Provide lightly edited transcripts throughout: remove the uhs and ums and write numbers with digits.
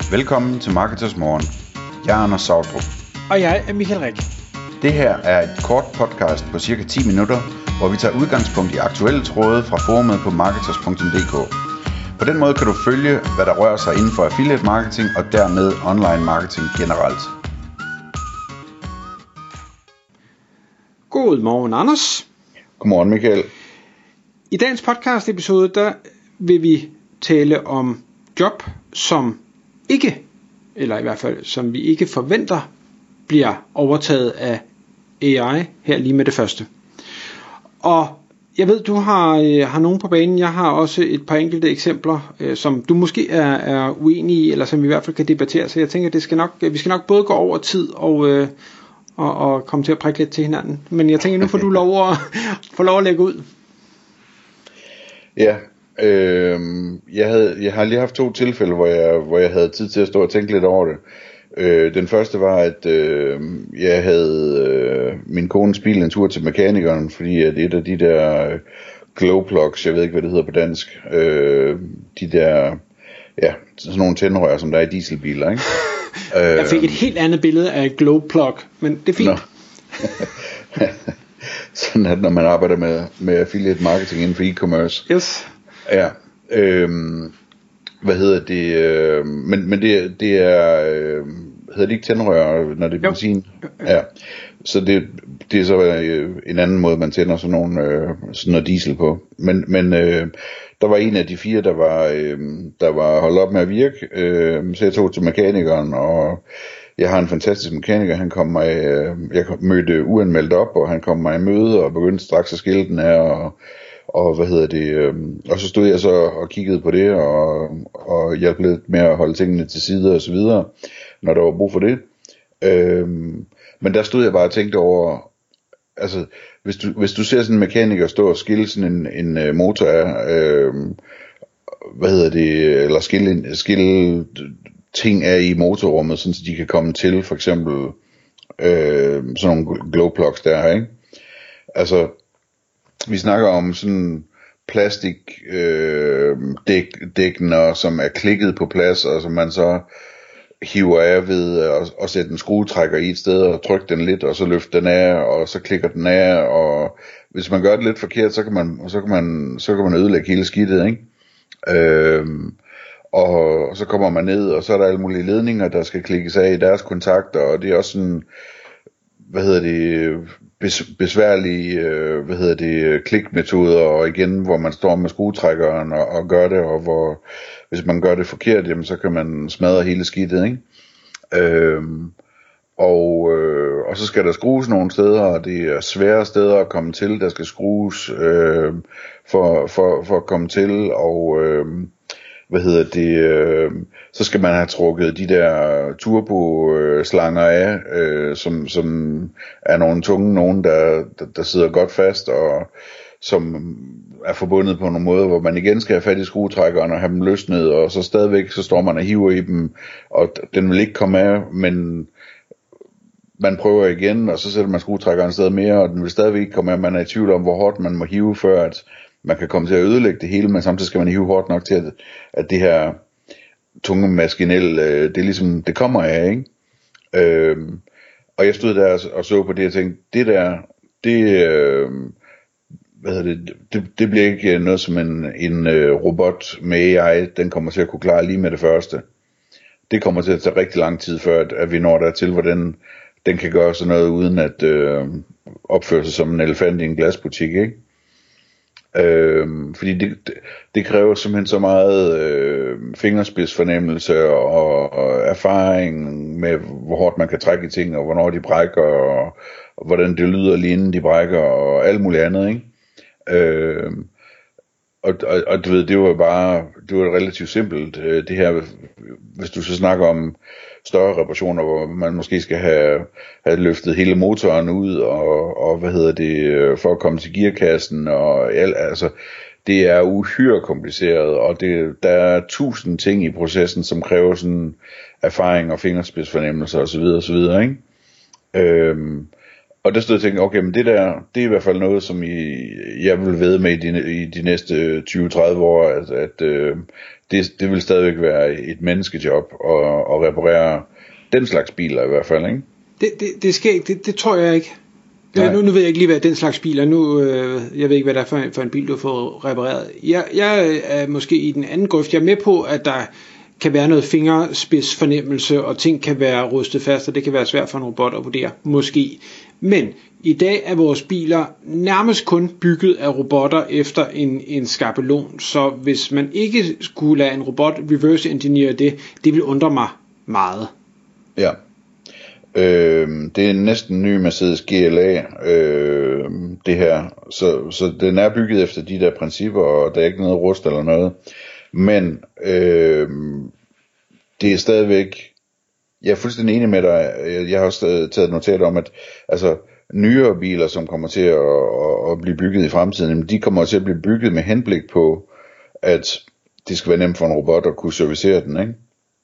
Velkommen til Marketers Morgen. Jeg er Anders Sautrup. Og jeg er Michael Rik. Det her er et kort podcast på cirka 10 minutter, hvor vi tager udgangspunkt i aktuelle tråde fra forumet på marketers.dk. På den måde kan du følge, hvad der rører sig inden for affiliate marketing og dermed online marketing generelt. Godmorgen, Anders. Godmorgen, Michael. I dagens podcast episode, der vil vi tale om job, som ikke, eller i hvert fald som vi ikke forventer, bliver overtaget af AI her lige med det første. Og jeg ved, du har nogen på banen. Jeg har også et par enkelte eksempler, som du måske er uenig i, eller som vi i hvert fald kan debattere. Så jeg tænker, vi skal nok både gå over tid og komme til at prikke lidt til hinanden. Men jeg tænker, nu får du lov at lægge ud. Ja, jeg har lige haft 2 tilfælde, hvor jeg havde tid til at stå og tænke lidt over det. Den første var, at jeg havde min kones bil en tur til mekanikeren, fordi at et af de der glow plugs, jeg ved ikke hvad det hedder på dansk, de der, ja, sådan nogle tændrør, som der er i dieselbiler, ikke? Jeg fik et helt andet billede af glow plug, men det er fint. Sådan at når man arbejder med affiliate marketing inden for e-commerce. Yes. Ja. Hvad hedder det? Men det er hedder det ikke tændrør, når det er benzin? Ja. Så det er så en anden måde man tænder sådan noget diesel på. Men der var en af de 4 der var holdt op med at virke. Så jeg tog til mekanikeren, og jeg har en fantastisk mekaniker. Han kom mig, jeg mødte uanmeldt op, og han kom mig i møde og begyndte straks at skille den her, og hvad hedder det, og så stod jeg så og kiggede på det, og hjalp lidt med at holde tingene til side og så videre, når der var brug for det. Men der stod jeg bare og tænkte over, altså hvis du ser sådan en mekaniker stå og skille sådan en motor af, hvad hedder det, eller skille ting af i motorrummet, sådan så de kan komme til, for eksempel sådan nogle glow plugs der, ikke? Altså vi snakker om sådan plastik dækner, som er klikket på plads, og som man så hiver af ved at sætte en skruetrækker i et sted og trykke den lidt, og så løfte den af, og så klikker den af, og hvis man gør det lidt forkert, så kan man ødelægge hele skidtet, ikke? Og så kommer man ned, og så er der alle mulige ledninger, der skal klikkes af i deres kontakter, og det er også sådan, hvad hedder det, besværlige, klikmetoder, og igen, hvor man står med skruetrækkeren og gør det, og hvor, hvis man gør det forkert, jamen, så kan man smadre hele skidtet, ikke? Og så skal der skrues nogle steder, og det er svære steder at komme til, der skal skrues for at komme til, og hvad hedder det, så skal man have trukket de der turbo-slanger af, som er nogle tunge, nogen der sidder godt fast, og som er forbundet på nogle måder, hvor man igen skal have fat i skruetrækkeren og have dem løsnet, og så stadigvæk så står man og hiver i dem, og den vil ikke komme af, men man prøver igen, og så sætter man skruetrækkeren stadig mere, og den vil stadigvæk ikke komme af. Man er i tvivl om, hvor hårdt man må hive, før at man kan komme til at ødelægge det hele, men samtidig skal man hive hårdt nok til, at det her tunge maskinel, det er ligesom, det kommer af, ikke? Og jeg stod der og så på det, og tænkte, det bliver ikke noget som en robot med AI, den kommer til at kunne klare lige med det første. Det kommer til at tage rigtig lang tid, før at vi når dertil, hvor den kan gøre sådan noget, uden at opføre sig som en elefant i en glasbutik, ikke? Fordi det kræver simpelthen så meget fingerspidsfornemmelse og erfaring med, hvor hårdt man kan trække i ting, og hvornår de brækker, og hvordan det lyder lige inden de brækker, og alt muligt andet, ikke? Og du ved, det var relativt simpelt, det her, hvis du så snakker om større reparationer, hvor man måske skal have løftet hele motoren ud, og hvad hedder det, for at komme til gearkassen, og altså, det er uhyre kompliceret, og der er 1000 ting i processen, som kræver sådan erfaring og fingerspidsfornemmelse, og så videre, ikke? Og der stod jeg og tænkte, okay, men det der, det er i hvert fald noget, som jeg vil vædde med i de næste 20-30 år, at det vil stadigvæk være et menneskejob at reparere den slags biler i hvert fald, ikke? Det sker ikke, det tror jeg ikke. Nu ved jeg ikke lige, hvad den slags biler nu, jeg ved ikke, hvad det er for en bil, du har fået repareret. Jeg er måske i den anden grøft. Jeg er med på, at der kan være noget fingerspidsfornemmelse, og ting kan være rustet fast, og det kan være svært for en robot at vurdere, måske. Men i dag er vores biler nærmest kun bygget af robotter efter en skabelon, så hvis man ikke skulle lade en robot reverse engineer det vil undre mig meget. Ja. Det er næsten ny Mercedes GLA, det her, så den er bygget efter de der principper, og der er ikke noget rust eller noget, men det er stadigvæk, jeg er fuldstændig enig med dig. Jeg har også taget notat om, at altså nyere biler, som kommer til at blive bygget i fremtiden, de kommer til at blive bygget med henblik på, at det skal være nemt for en robot at kunne servicere den, ikke?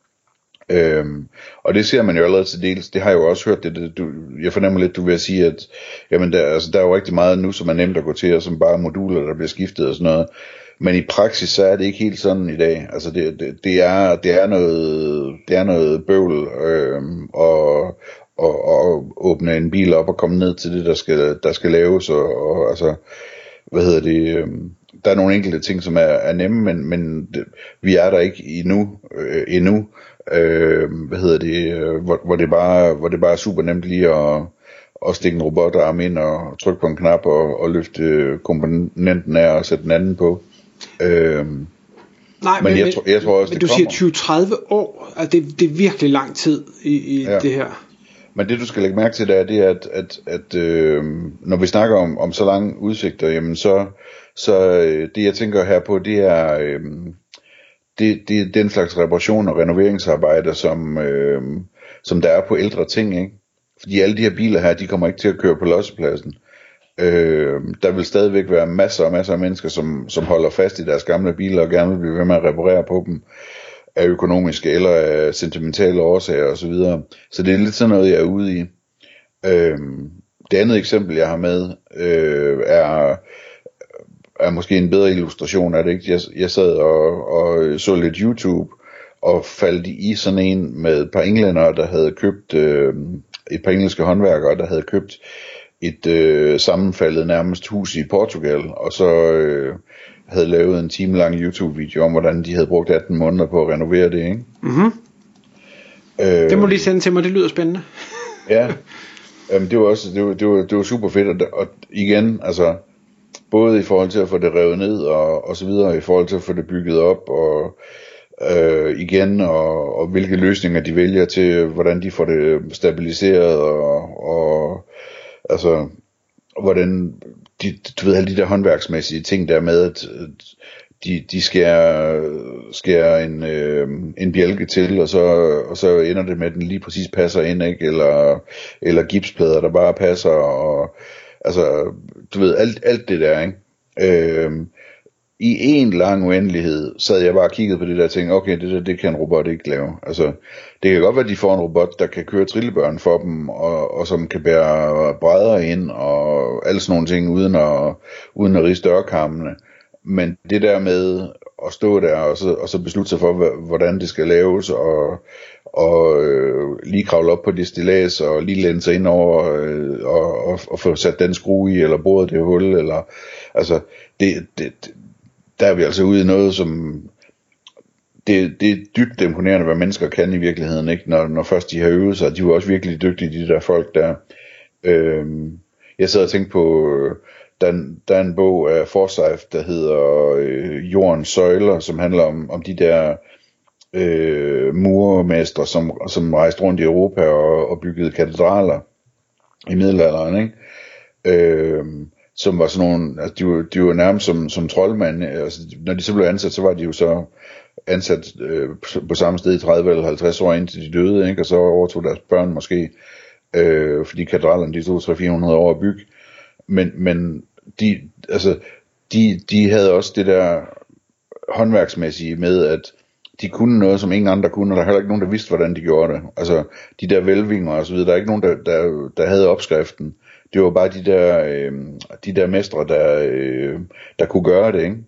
Og det ser man jo allerede til dels. Det har jeg jo også hørt jeg fornemmer lidt, du vil sige, at jamen der er jo rigtig meget nu, som er nemt at gå til, og som bare moduler, der bliver skiftet og sådan noget. Men i praksis, så er det ikke helt sådan i dag. Altså det er noget bøvl og åbne en bil op og komme ned til det, der skal laves, og altså, der er nogle enkelte ting, som er nemme, men vi er der ikke endnu. Hvor det bare er super nemt lige at stikke en robotarm ind og trykke på en knap og løfte komponenten af og sætte den anden på. Nej, men jeg tror også, men det kommer. Du siger 20-30 år, altså det er virkelig lang tid i det her. Men det du skal lægge mærke til, det er, at når vi snakker om så lange udsigter, jamen så det jeg tænker her på, det er det er den slags reparation og renoveringsarbejder, som der er på ældre ting, ikke? Fordi alle de her biler her, de kommer ikke til at køre på lossepladsen. Der vil stadigvæk være masser af mennesker, som holder fast i deres gamle biler og gerne vil blive ved med at reparere på dem af økonomiske eller af sentimentale årsager osv. Så det er lidt sådan noget, jeg er ude i. Det andet eksempel, jeg har med, er måske en bedre illustration af det, ikke? Jeg sad og så lidt YouTube og faldt i sådan en med et par englændere, der havde købt et par engelske håndværkere, der havde købt et sammenfaldet nærmest hus i Portugal, og så havde lavet en time lang YouTube-video om, hvordan de havde brugt 18 måneder på at renovere det, ikke? Mm-hmm. Det må du lige sende til mig, det lyder spændende. Ja, det var også det var super fedt, og igen, altså både i forhold til at få det revet ned og så videre, i forhold til at få det bygget op og igen og hvilke løsninger de vælger til, hvordan de får det stabiliseret og altså hvordan du ved alle de der håndværksmæssige ting der med at de skærer en bjælke til, og så ender det med at den lige præcis passer ind, ikke? Eller gipsplader der bare passer, og altså du ved alt det der, ikke? I en lang uendelighed sad jeg bare og kiggede på det der og tænkte, okay, det kan en robot ikke lave. Altså, det kan godt være, at de får en robot, der kan køre trillebørn for dem, og som kan bære brædder ind, og alle sådan nogle ting, uden at riste dørkarmene. Men det der med at stå der, og så beslutte sig for, hvordan det skal laves, og lige kravle op på det stillads, og lige læne sig ind over, og få sat den skrue i, eller boret det hul, eller, altså, der er vi altså ude i noget, som det er dybt imponerende, hvad mennesker kan i virkeligheden, ikke? Når først de har øvet sig. De er jo også virkelig dygtige, de der folk der. Jeg sad og tænkte på, der er en bog af Forsyth, der hedder Jordens Søjler, som handler om de der murermestre, som rejste rundt i Europa og byggede katedraler i middelalderen, ikke? Som var sådan nogle, altså de var nærmest som troldmænd, altså når de så blev ansat, så var de jo så ansat på samme sted i 30 eller 50 år indtil de døde, ikke? Og så overtog deres børn måske, fordi katedralerne de tog 300-400 år at bygge, men de havde også det der håndværksmæssige med, at de kunne noget, som ingen andre kunne, og der er heller ikke nogen, der vidste, hvordan de gjorde det. Altså, de der hvælvinger og så videre, der er ikke nogen, der havde opskriften. Det var bare de der mestre, der kunne gøre det, ikke?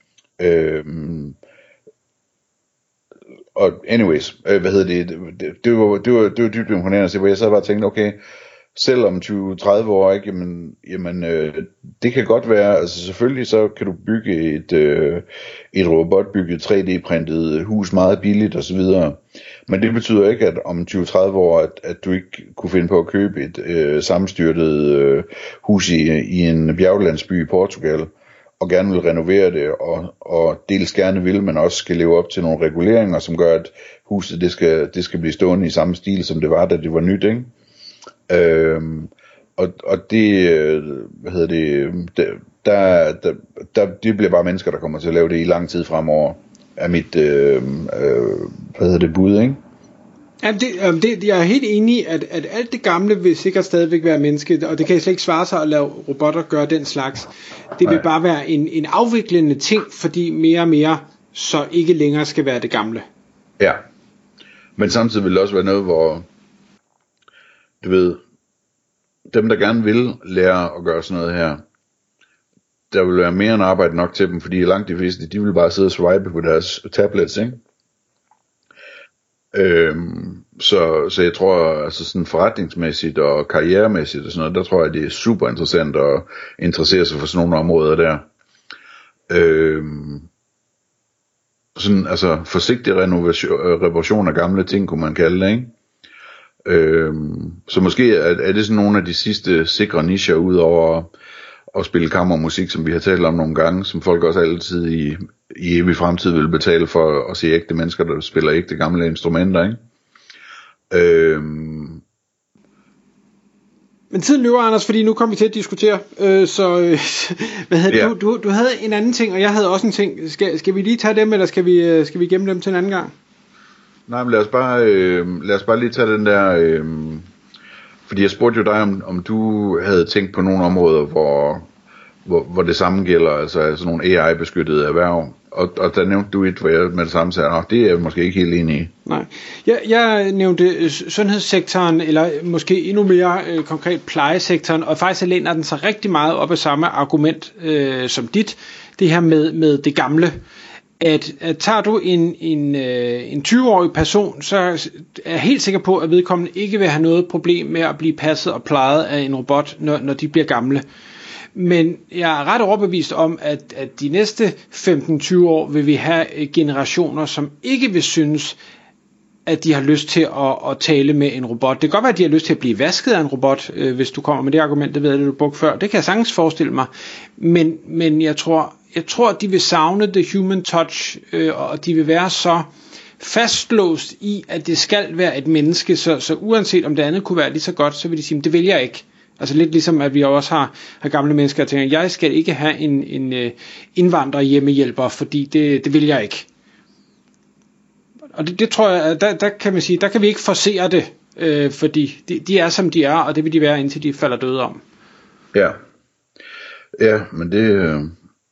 Og anyways, det var dybt imponerende at se, hvor jeg sad bare og tænkte, okay, selv om 20-30 år, ikke, jamen det kan godt være, altså selvfølgelig så kan du bygge et robotbygget 3D-printet hus meget billigt osv., men det betyder ikke, at om 20-30 år, at du ikke kunne finde på at købe et sammenstyrtet hus i en bjerglandsby i Portugal, og gerne vil renovere det, og dels gerne vil, men også skal leve op til nogle reguleringer, som gør, at huset det skal blive stående i samme stil, som det var, da det var nyt, ikke? Og det, det bliver bare mennesker, der kommer til at lave det i lang tid fremover, er mit, bud, ikke? Jeg er helt enig i, at alt det gamle vil sikkert stadigvæk være menneske, og det kan slet ikke svare sig at lave robotter gøre den slags. Det vil bare være en afviklende ting, fordi mere og mere så ikke længere skal være det gamle. Ja, men samtidig vil det også være noget, hvor du ved, dem der gerne vil lære at gøre sådan noget her, der vil være mere end arbejde nok til dem, fordi langt de fleste, de vil bare sidde og swipe på deres tablets, ikke? Så jeg tror, altså sådan forretningsmæssigt og karrieremæssigt og sådan noget, der tror jeg, det er super interessant at interessere sig for sådan nogle områder der. Sådan, altså forsigtig reparation af gamle ting, kunne man kalde det, ikke? Så måske er det sådan nogle af de sidste sikre nicher ud over at spille kammermusik, som vi har talt om nogle gange, som folk også altid i evig fremtid vil betale for at se ægte mennesker, der spiller ægte gamle instrumenter, ikke? Men tiden løber, Anders, fordi nu kommer vi til at diskutere. Du havde en anden ting, og jeg havde også en ting. Skal vi lige tage dem, eller skal vi gemme dem til en anden gang? Nej, men lad os bare lige tage den der, fordi jeg spurgte jo dig, om du havde tænkt på nogle områder, hvor det samme gælder, altså sådan nogle AI-beskyttede erhverv, og der nævnte du et, hvor jeg med det samme sagde, det er jeg måske ikke helt enig i. Nej, jeg nævnte sundhedssektoren, eller måske endnu mere konkret plejesektoren, og faktisk læner den sig rigtig meget op af samme argument som dit, det her med det gamle. At tager du en 20-årig person, så er jeg helt sikker på, at vedkommende ikke vil have noget problem med at blive passet og plejet af en robot, når de bliver gamle. Men jeg er ret overbevist om, at de næste 15-20 år vil vi have generationer, som ikke vil synes, at de har lyst til at tale med en robot. Det kan godt være, at de har lyst til at blive vasket af en robot, hvis du kommer med det argument, det ved jeg, det du brugte før. Det kan jeg sagtens forestille mig. Men jeg tror, at de vil savne the human touch, og de vil være så fastlåst i, at det skal være et menneske, så uanset om det andet kunne være lige så godt, så vil de sige, det vil jeg ikke. Altså lidt ligesom, at vi også har gamle mennesker, der tænker, jeg skal ikke have en indvandrer hjemmehjælper, fordi det vil jeg ikke. Og det tror jeg, der kan man sige, der kan vi ikke forsere det, fordi de er som de er, og det vil de være, indtil de falder døde om. Ja. Ja, men det,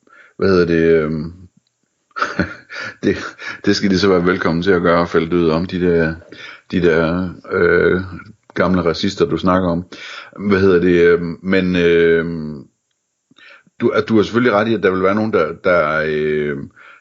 det skal de så være velkommen til at gøre, falde døde om, de der gamle racister, du snakker om. Men du har selvfølgelig ret i, at der vil være nogen, der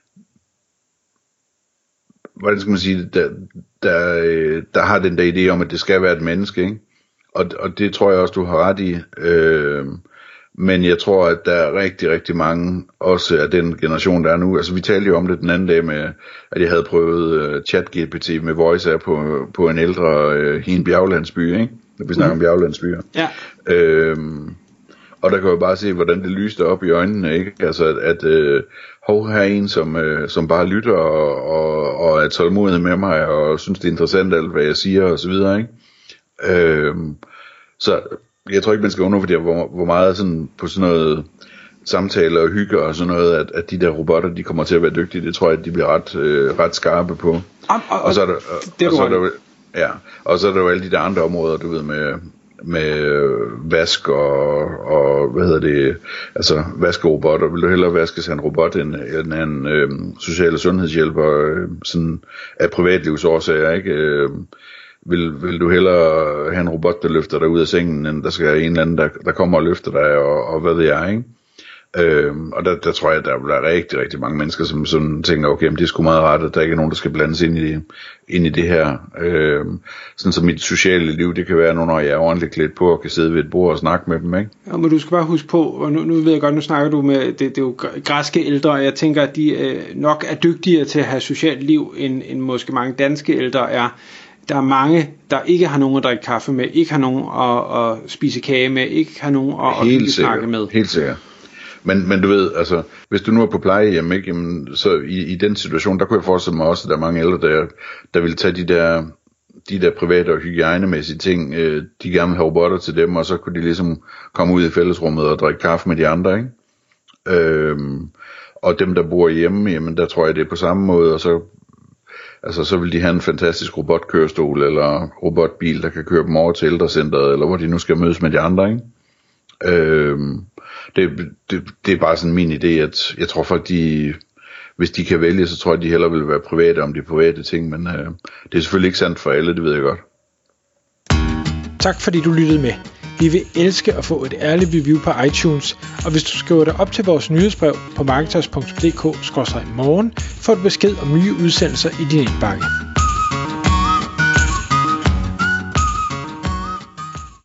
hvordan skal man sige, der har den der idé om, at det skal være et menneske, ikke? Og det tror jeg også, du har ret i. Men jeg tror, at der er rigtig, rigtig mange, også af den generation, der er nu. Altså vi talte jo om det den anden dag med, at jeg havde prøvet ChatGPT med voice på en ældre i en bjerglandsby, ikke? Når vi snakker om bjerglandsbyer. Ja. Og der kan jeg bare se, hvordan det lyste op i øjnene, ikke? Altså at her er en, som bare lytter og er tålmodig med mig, og synes det er interessant alt, hvad jeg siger, og så videre, ikke? Så jeg tror ikke, man skal undervurdere, hvor meget sådan, på sådan noget samtaler og hygge og sådan noget, at de der robotter, de kommer til at være dygtige. Det tror jeg, at de bliver ret skarpe på. Og så er der jo alle de der andre områder, du ved, med vask og altså vaskerobotter. Vil du hellere vaskes af en robot end en social- og sundhedshjælper sådan af privatlivsårsager, ikke? vil du hellere have en robot, der løfter dig ud af sengen, end der skal en eller anden, der kommer og løfter dig, og hvad ved jeg, ikke? Og der tror jeg, der er rigtig, rigtig mange mennesker, som sådan tænker, okay, men det er sgu meget rart, at der ikke er nogen, der skal blandes ind i det her. Sådan som mit sociale liv, det kan være nu, når jeg er ordentligt klædt på og kan sidde ved et bord og snakke med dem, ikke? Ja, men du skal bare huske på, og nu ved jeg godt, nu snakker du med, det er jo græske ældre, og jeg tænker, at de nok er dygtigere til at have socialt liv, end måske mange danske ældre er. Der er mange, der ikke har nogen at drikke kaffe med, ikke har nogen at spise kage med, ikke har nogen at snakke med. Helt sikkert. Men du ved, altså, hvis du nu er på plejehjem, ikke, jamen, så i den situation, der kunne jeg forestille mig også, at der er mange ældre, der vil tage de der private og hygiejnemæssige ting, de gerne vil have robotter til dem, og så kunne de ligesom komme ud i fællesrummet og drikke kaffe med de andre, ikke? Og dem, der bor hjemme, jamen, der tror jeg, det er på samme måde, og så vil de have en fantastisk robotkørestol, eller robotbil, der kan køre dem over til ældrecentret, eller hvor de nu skal mødes med de andre, ikke? Det er bare sådan min idé, at jeg tror folk, hvis de kan vælge, så tror jeg, de hellere vil være private om de private ting, men det er selvfølgelig ikke sandt for alle, det ved jeg godt. Tak fordi du lyttede med. Vi vil elske at få et ærligt review på iTunes, og hvis du skriver dig op til vores nyhedsbrev på marketers.dk/morgen, får du besked om nye udsendelser i din indbakke.